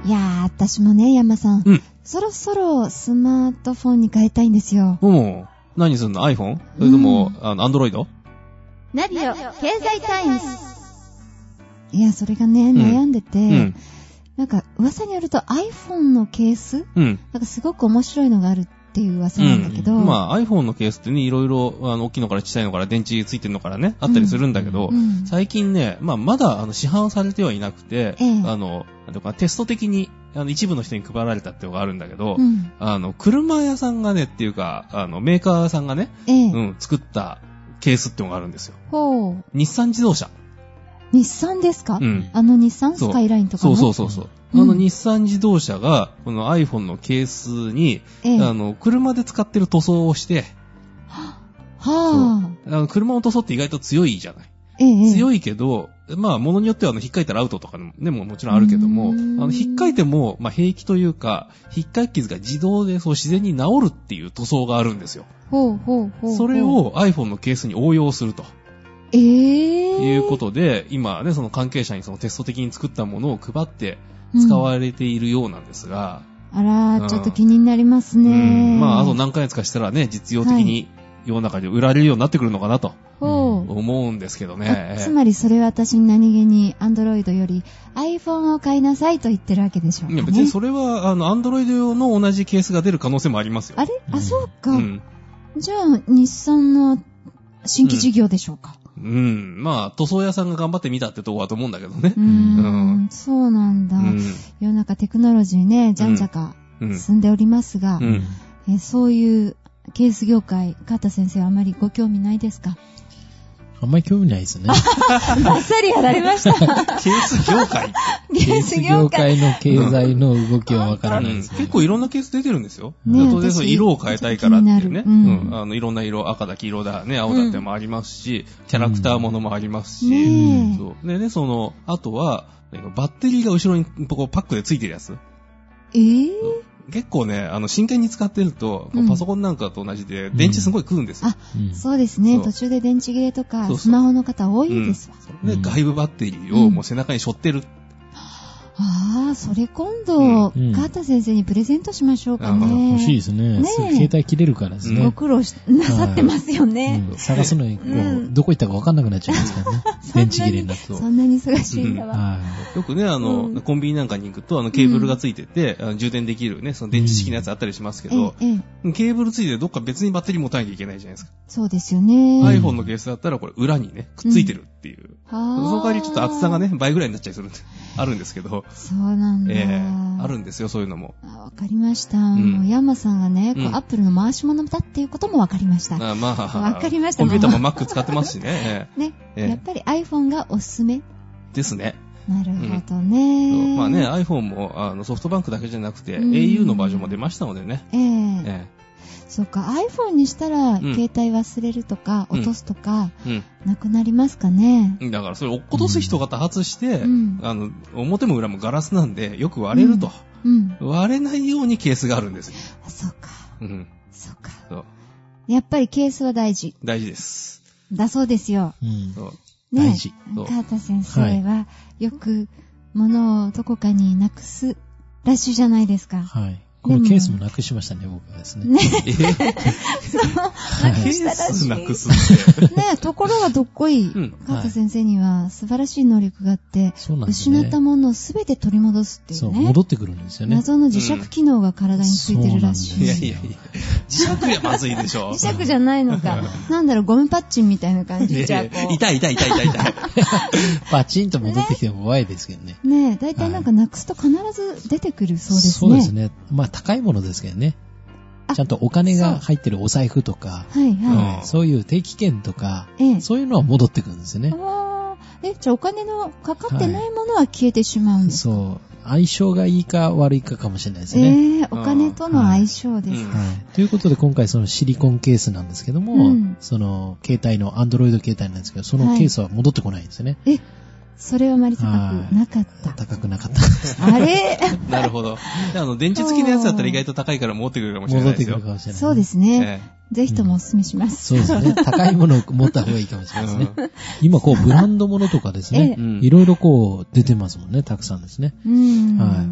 いやー、私もね、山さん、そろそろスマートフォンに変えたいんですよ。 何すんの iPhone？ それとも、Android？ ナビオ経済タイムズ。いや、それがね、悩んでて、なんか噂によると iPhone のケース、なんかすごく面白いのがあるっていう噂なんだけど、 まあ iPhone のケースってね、いろいろ大きいのから小さいのから電池ついてるのからねあったりするんだけど、最近ね、まだ市販されてはいなくて、テスト的に一部の人に配られたっていうのがあるんだけど、車屋さんがねっていうかメーカーさんがね、作ったケースっていうのがあるんですよ。日産自動車。 日産ですか？日産スカイラインとかの？ そう。日産自動車が、この iPhone のケースに、車で使ってる塗装をして、車の塗装って意外と強いじゃない。強いけど、まあ、ものによっては引っかいたらアウトとかでももちろんあるけども、引っかいても、まあ、平気というか、引っかき傷が自動で自然に治るっていう塗装があるんですよ。それを iPhone のケースに応用すると。いうことで、今ね、その関係者にそのテスト的に作ったものを配って使われているようなんですが。 あら、ちょっと気になりますね。 まあ、あと何ヶ月かしたらね、実用的に世の中で売られるようになってくるのかなと思うんですけどね。 つまりそれは私に何気に Android より iPhone を買いなさいと言ってるわけでしょうかね。 いや別にそれはAndroid 用の同じケースが出る可能性もありますよ。 あれ？そうか。じゃあ、日産の新規事業でしょうか。 まあ、塗装屋さんが頑張ってみたってとこだと思うんだけどね。 そうなんだ。世の中テクノロジーね、じゃんじゃか進んでおりますが、そういうケース業界、川田先生はあまりご興味ないですか？ あんまり興味ないですね。 バッサリやられました。 ケース業界ケース業界の経済の動きはわからないですね。 結構いろんなケース出てるんですよ。当然色を変えたいからっていうね。いろんな色、赤だ、黄色だ、ね、青だってもありますし、キャラクターものもありますし、でね、あとは、バッテリーが後ろにパックでついてるやつ。結構ね、真剣に使ってると、パソコンなんかと同じで、電池すごい食うんですよ。 そうですね。途中で電池切れとか、スマホの方多いですわ。 で、外部バッテリーをもう背中に背負ってる。 それ今度、川田先生にプレゼントしましょうかね。 欲しいですね。携帯切れるからですね。 ご苦労なさってますよね。 探すのに、どこ行ったか分かんなくなっちゃいますからね。電池切れになると。 そんなに忙しいんだわ。 よくね、コンビニなんかに行くと、ケーブルがついてて、充電できるね、その電池式のやつあったりしますけど、ケーブルついてどっか別にバッテリー持たなきゃいけないじゃないですか。 そうですよね。 iPhone のケースだったら、これ裏にね、くっついてるっていう。その代わりちょっと厚さがね、倍ぐらいになっちゃいするんで、あるんですけど。 そうなんだ。 あるんですよ、そういうのも。 わかりました。山さんがね、アップルの回し物だっていうこともわかりました。わかりました。 コンピューターも Mac 使ってますしね。 やっぱり iPhone がおすすめですね。 なるほどね。 まあね、iPhone もソフトバンクだけじゃなくて、au のバージョンも出ましたのでね。 そうか、iPhone にしたら、携帯忘れるとか、落とすとか、なくなりますかね。 だからそれ落っことす人が多発して、表も裏もガラスなんで、よく割れると。割れないようにケースがあるんですよ。 そうか。そうか。やっぱりケースは大事。 大事です。 だそうですよ。 大事。 川田先生は、よく物をどこかになくすラッシュじゃないですか。 はい。このケースもなくしましたね、僕はですね。 そう、なくしたらしい。 なくすって。 ね、ところがどっこい、川田先生には素晴らしい能力があって、失ったものをすべて取り戻すっていうね。 そう、戻ってくるんですよね。 謎の磁石機能が体についてるらしい。 いや。磁石じゃまずいでしょ。 磁石じゃないのか。なんだろう、ゴムパッチンみたいな感じじゃこう。 痛い。 パチンと戻ってきても怖いですけどね。 ねえ、だいたいなんかなくすと必ず出てくるそうですね。 そうですね。まあ高いものですけどね。ちゃんとお金が入ってるお財布とか、そういう定期券とか、そういうのは戻ってくるんですよね。 じゃあお金のかかってないものは消えてしまうんですか？ そう。相性がいいか悪いかかもしれないですね。 お金との相性ですか。 ということで今回そのシリコンケースなんですけども、その携帯の、アンドロイド携帯なんですけど、そのケースは戻ってこないんですよね。 それはあまり高くなかった。 高くなかった。 あれなるほど。電池付きのやつだったら意外と高いから戻ってくるかもしれないですよ。 戻ってくるかもしれない。 そうですね。 ぜひともお勧めします。 そうですね。高いものを持った方がいいかもしれないですね。今ブランドものとかですね。いろいろ出てますもんね。たくさんですね。はい。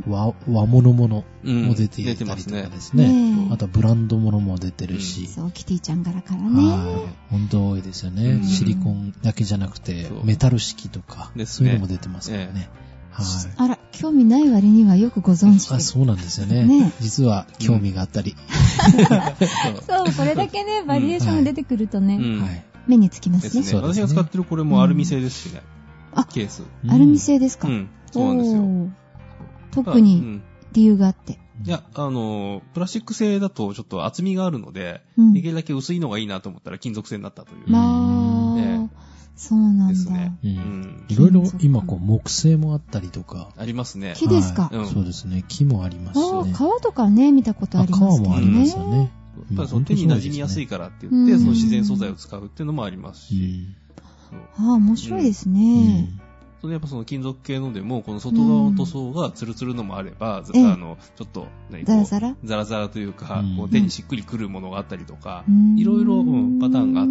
和物ものも出ていたりとかですね。あとはブランドものも出てるし。 そう、キティちゃん柄からね。 はい。本当多いですよね。シリコンだけじゃなくて、メタル式とか、そういうのも出てますからね。はい。 あら、興味ない割にはよくご存知で。 そうなんですよね。実は興味があったり。 そう、これだけね、バリエーションが出てくるとね、目につきますね。 私が使ってるこれもアルミ製ですしね。ケース。 アルミ製ですか？ そうなんですよ。 特に理由があって。 いや、プラスチック製だとちょっと厚みがあるので、できるだけ薄いのがいいなと思ったら金属製になったという。 そうなんだ。 いろいろ今木製もあったりとか。 ありますね。 木ですか？ そうですね。木もありますしね。 革とかね、見たことありますけどね。 革もありますよね。 手に馴染みやすいからって言って、その自然素材を使うっていうのもありますし。 面白いですね。 やっぱその金属系のでも、この外側の塗装がツルツルのもあれば、ちょっと、ザラザラというか、手にしっくりくるものがあったりとか、いろいろパターンがあって。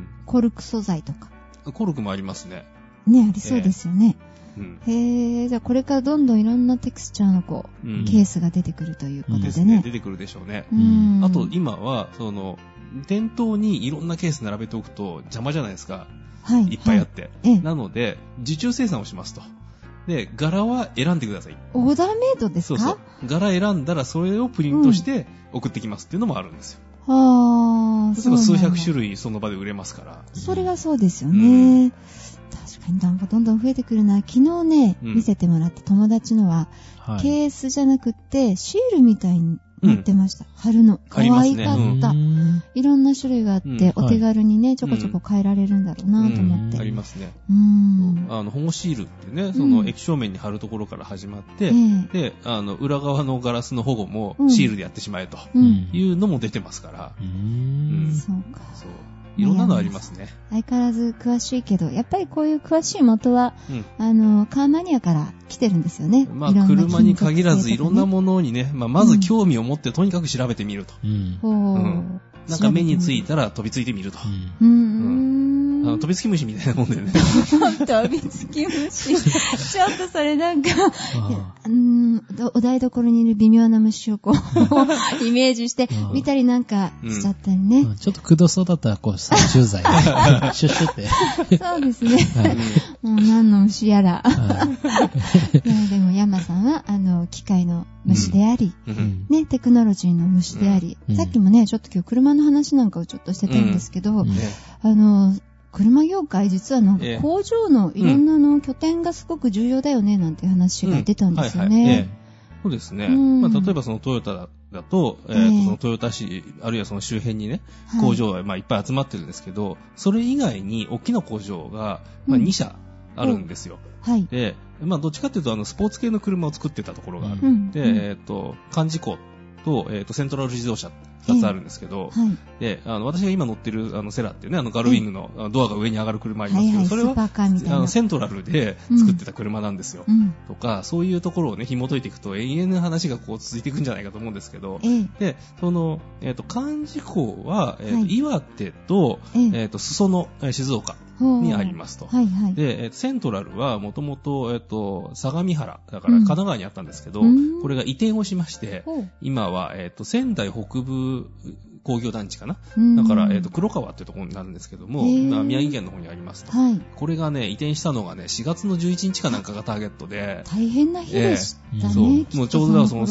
コルク素材とか。 コルクもありますね。 ね、ありそうですよね。じゃあこれからどんどんいろんなテクスチャーのケースが出てくるということでね。 出てくるでしょうね。あと今は、店頭にいろんなケース並べておくと邪魔じゃないですか。いっぱいあって。なので、受注生産をしますと。で、柄は選んでください。 オーダーメイドですか？ そう。柄選んだらそれをプリントして送ってきますっていうのもあるんですよ。例えば数百種類その場で売れますから。 それがそうですよね。確かになんかどんどん増えてくるな。昨日ね、見せてもらった友達のは、ケースじゃなくってシールみたいになってました。貼るの。可愛かった。いろんな種類があって、お手軽にね、ちょこちょこ変えられるんだろうなと思って。 ありますね。保護シールってね、液晶面に貼るところから始まって、で、裏側のガラスの保護もシールでやってしまえというのも出てますから。 そうか。 いろんなのありますね。 相変わらず詳しいけど、やっぱりこういう詳しい元は、カーマニアから来てるんですよね。 車に限らずいろんなものにね、まず興味を持ってとにかく調べてみると。なんか目についたら飛びついてみると。飛びつき虫みたいなもんでね。 飛びつき虫。ちょっとそれなんか、お台所にいる微妙な虫をイメージして、見たりなんかしちゃったりね。 ちょっとくどそうだったら、殺虫剤で、シュッシュって。 そうですね。もう何の虫やら。でも山さんは、機械の虫であり、ね、テクノロジーの虫であり、さっきもね、ちょっと今日車の話なんかをちょっとしてたんですけど、車業界実は工場のいろんな拠点がすごく重要だよねなんていう話が出たんですよね。 そうですね。例えばそのトヨタだと、そのトヨタ市、あるいはその周辺にね、工場がいっぱい集まってるんですけど、それ以外に大きな工場が2社あるんですよ。で、どっちかっていうとスポーツ系の車を作ってたところがある。で、漢字工と、セントラル自動車2つあるんですけど、で、私が今乗ってるセラっていうね、ガルウィングのドアが上に上がる車ありますけど、それはセントラルで作ってた車なんですよ。とか、そういうところをね、紐解いていくと永遠の話が続いていくんじゃないかと思うんですけど、で、漢字工は、岩手と、裾野、静岡にありますと。で、セントラルはもともと、相模原、だから神奈川にあったんですけど、これが移転をしまして、今は、仙台北部工業団地かな。だから、黒川っていうところになるんですけども、今、宮城県の方にありますと。これがね、移転したのがね、4月の11日かなんかがターゲットで。 大変な日でしたね。 もうちょうどその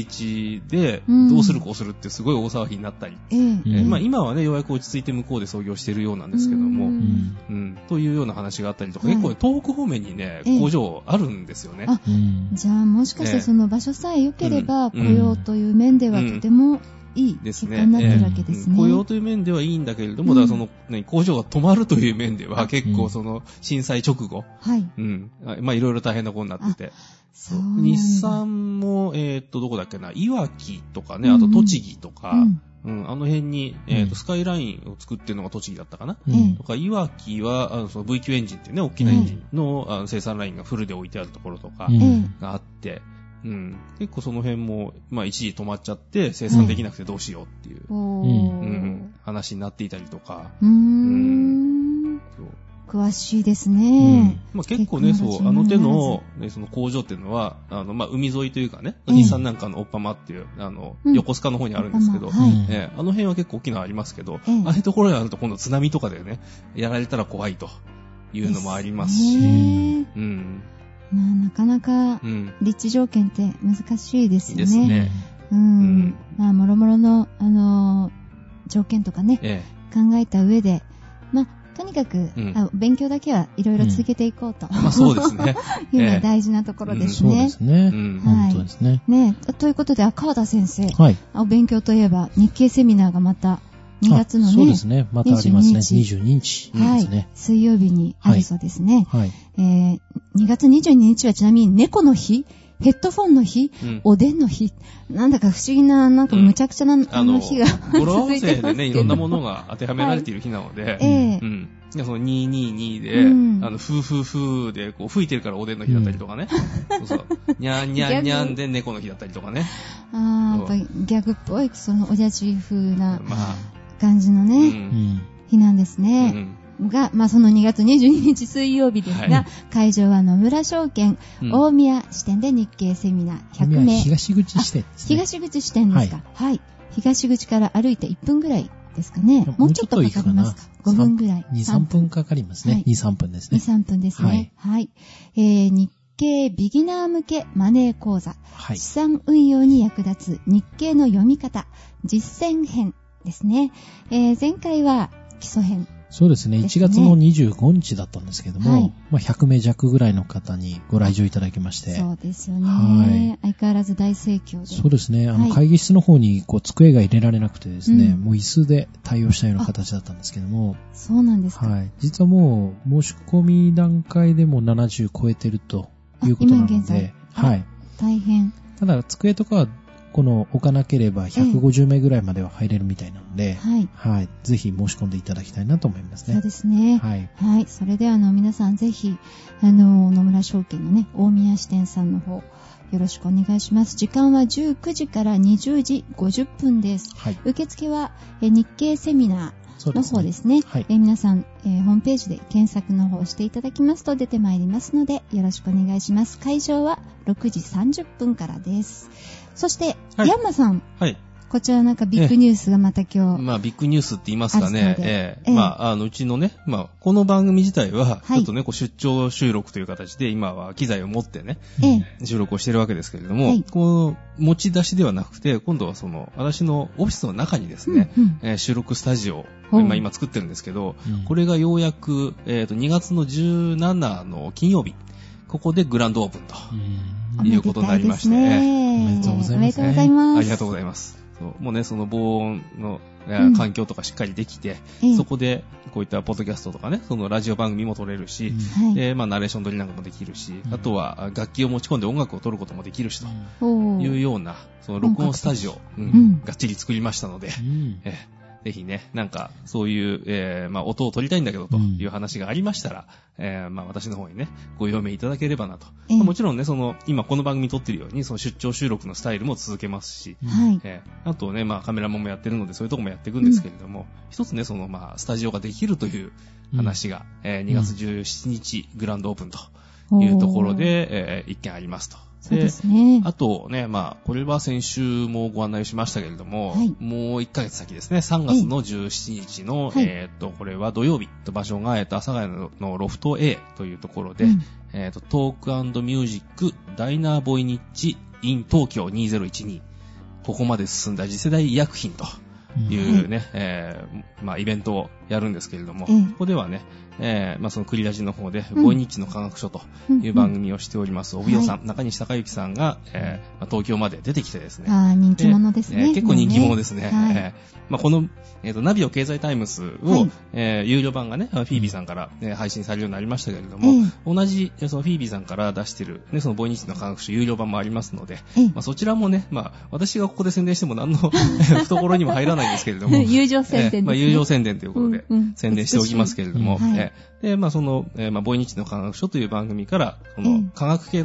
311で、どうするこうするってすごい大騒ぎになったり。今はね、ようやく落ち着いて向こうで操業しているようなんですけども、というような話があったりとか、結構東北方面にね、工場あるんですよね。 じゃあもしかしてその場所さえ良ければ、雇用という面ではとても、いい結果になってるわけですね。 雇用という面ではいいんだけれども、だから工場が止まるという面では結構震災直後、いろいろ大変なことになってて。日産も、どこだっけな、いわきとかね、あと栃木とか、あの辺に、スカイラインを作ってるのが栃木だったかな。とか、いわきは、V 級エンジンっていうね、大きなエンジンの、生産ラインがフルで置いてあるところとかがあって、 うん。結構その辺も、まあ一時止まっちゃって生産できなくてどうしようっていう、話になっていたりとか。 詳しいですね。 まあ、結構ね、そう、あの手の、ね、その工場っていうのは、まあ、海沿いというかね、日産なんかのオッパマっていう、横須賀の方にあるんですけど、あの辺は結構大きなのありますけど、ああいうところにあると今度津波とかでね、やられたら怖いというのもありますし、 まあ、なかなか、立地条件って難しいですよね。ですね。まあ、もろもろの、条件とかね、考えた上で、まあ、とにかく、勉強だけはいろいろ続けていこうと。 まあそうですね。 いうのが大事なところですね。 そうですね。本当ですね。 ね、ということで、川田先生。はい。お勉強といえば、日経セミナーがまた、2月のね。 そうですね。またありますね。22日ですね。 水曜日にあるそうですね。はい。2月22日はちなみに猫の日、ヘッドフォンの日、おでんの日、なんだか不思議な、なんかむちゃくちゃな、日が語呂合わせでね、いろんなものが当てはめられている日なので、その222で、ふーふーふーで、こう、吹いてるからおでんの日だったりとかね。そう。にゃんにゃんにゃんで猫の日だったりとかね。 やっぱりギャグっぽい、そのおじゃち風な感じのね、日なんですね。が、まあ、その2月22日水曜日ですが、会場は野村証券、大宮支店で日経セミナー100名。 東口支店ですね。 東口支店ですか。はい。東口から歩いて1分ぐらいですかね。もうちょっとかかりますか。5分ぐらい。 2、3分かかりますね。2、3分ですね。 2、3分ですね。はい。日経ビギナー向けマネー講座。資産運用に役立つ日経の読み方、実践編ですね。前回は基礎編。 そうですね。1月の25日だったんですけども、まあ100名弱ぐらいの方にご来場いただきまして。 そうですよね。相変わらず大盛況で。 そうですね。会議室の方にこう机が入れられなくてですね、もう椅子で対応したような形だったんですけども。 そうなんですか。 はい。実はもう申し込み段階でも70超えてるということなので。今現在。はい。 大変。 ただ机とかはこの置かなければ150名ぐらいまでは入れるみたいなので、はい。ぜひ申し込んでいただきたいなと思いますね。 そうですね。はい。はい。それでは皆さんぜひ、野村証券のね、大宮支店さんの方、よろしくお願いします。時間は19時から20時50分です。はい。受付は、日経セミナーの方ですね。はい。皆さん、ホームページで検索の方をしていただきますと出てまいりますので、よろしくお願いします。会場は6時30分からです。そして、ヤンマさん。はい。こちらなんかビッグニュースがまた今日。 まあビッグニュースって言いますかね。まあうちのね、まあこの番組自体は、ちょっとね、こう出張収録という形で今は機材を持ってね、収録をしてるわけですけれども、この持ち出しではなくて、今度はその、私のオフィスの中にですね、収録スタジオを今作ってるんですけど、これがようやく、2月の17の金曜日、ここでグランドオープンということになりまして、 おめでとうございます。 おめでとうございます。 ありがとうございます。もうね、その防音の環境とかしっかりできて、そこでこういったポッドキャストとかね、そのラジオ番組も撮れるし、まあナレーション撮りなんかもできるし、あとは楽器を持ち込んで音楽を撮ることもできるしというような、その録音スタジオ、がっちり作りましたので、ぜひね、なんか、そういう、まあ、音を取りたいんだけど、という話がありましたら、まあ、私の方にね、ご用命いただければなと。もちろんね、今この番組撮ってるように、その出張収録のスタイルも続けますし、あとね、まあ、カメラマンもやってるので、そういうとこもやっていくんですけれども、一つね、まあ、スタジオができるという話が、2月17日、グランドオープンというところで、一件ありますと。 そうですね。 あとね、まあ、これは先週もご案内しましたけれども、もう1ヶ月先ですね、3月の17日の、これは土曜日と場所が、阿佐ヶ谷のロフト A というところで、トーク&ミュージックダイナーボイニッチ in 東京2012、ここまで進んだ次世代医薬品というね、まあ、イベントをやるんですけれども、ここではね、まあ、そのクリラジの方で、ボイニッチの科学書という番組をしております、帯尾さん、中西隆之さんが、まあ、東京まで出てきてですね。 人気者ですね。 結構人気者ですね。まあ、この、ナビオ経済タイムズを、有料版がね、フィービーさんから、配信されるようになりましたけれども、同じ、そのフィービーさんから出してる、ね、そのボイニッチの科学書有料版もありますので、まあ、そちらもね、まあ、私がここで宣伝しても何の懐にも入らないんですけれども、 友情宣伝ですね。 まあ、友情宣伝ということで、宣伝しておきますけれども、で、まあ、まあ、ボイニッチの科学書という番組から、科学系のね、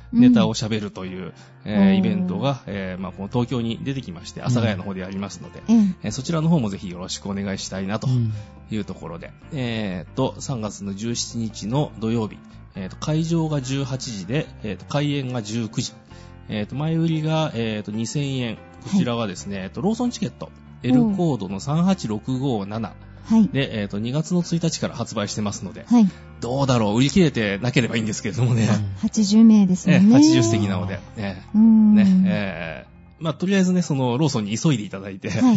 ネタを喋るという、イベントが、まあ、この東京に出てきまして、阿佐ヶ谷の方でありますので、そちらの方もぜひよろしくお願いしたいなというところで、3月の17日の土曜日、会場が18時で、開演が19時、前売りが、2000円、こちらはですね、ローソンチケット、L コードの38657、はい、で、2月の1日から発売してますので、はい、どうだろう、売り切れてなければいいんですけれどもね。 80名ですよね。 80席なので、まあ、とりあえずね、その、ローソンに急いでいただいて、はい、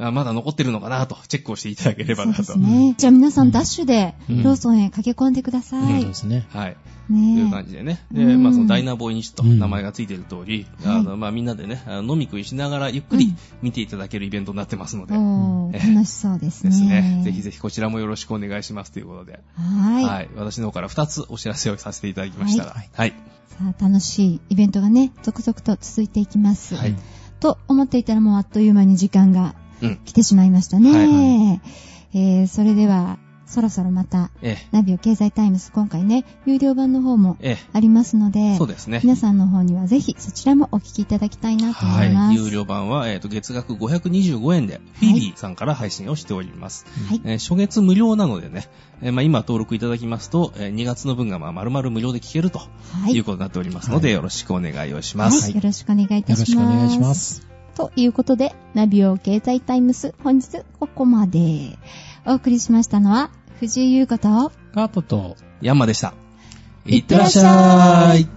まだ残ってるのかなと、チェックをしていただければなと。 そうですね。じゃあ皆さん、ダッシュで、ローソンへ駆け込んでください。 そうですね。 はい。という感じでね。で、まあ、その、ダイナボーイニッシュと名前がついている通り、まあ、みんなでね、飲み食いしながら、ゆっくり見ていただけるイベントになってますので。 楽しそうですね。 ですね。ぜひぜひこちらもよろしくお願いしますということで。はい。はい。私の方から2つお知らせをさせていただきましたが。はい。 さあ、楽しいイベントがね、続々と続いていきます。はい。と思っていたらもうあっという間に時間が来てしまいましたね。はいはい。それでは、そろそろまた、ナビオ経済タイムズ今回ね、有料版の方もありますので、 そうですね。 皆さんの方にはぜひそちらもお聞きいただきたいなと思います。 はい、有料版は、月額525円で、フィリーさんから配信をしております。はい。初月無料なのでね、まあ、今登録いただきますと、2月の分がまあ丸々無料で聞けるということになっておりますので、よろしくお願いをします。 はい。よろしくお願いいたします。 よろしくお願いします。 ということで、ナビオ経済タイムズ本日ここまで。お送りしましたのは、藤井優子と、 カートと、 ヤンマでした。 いってらっしゃい。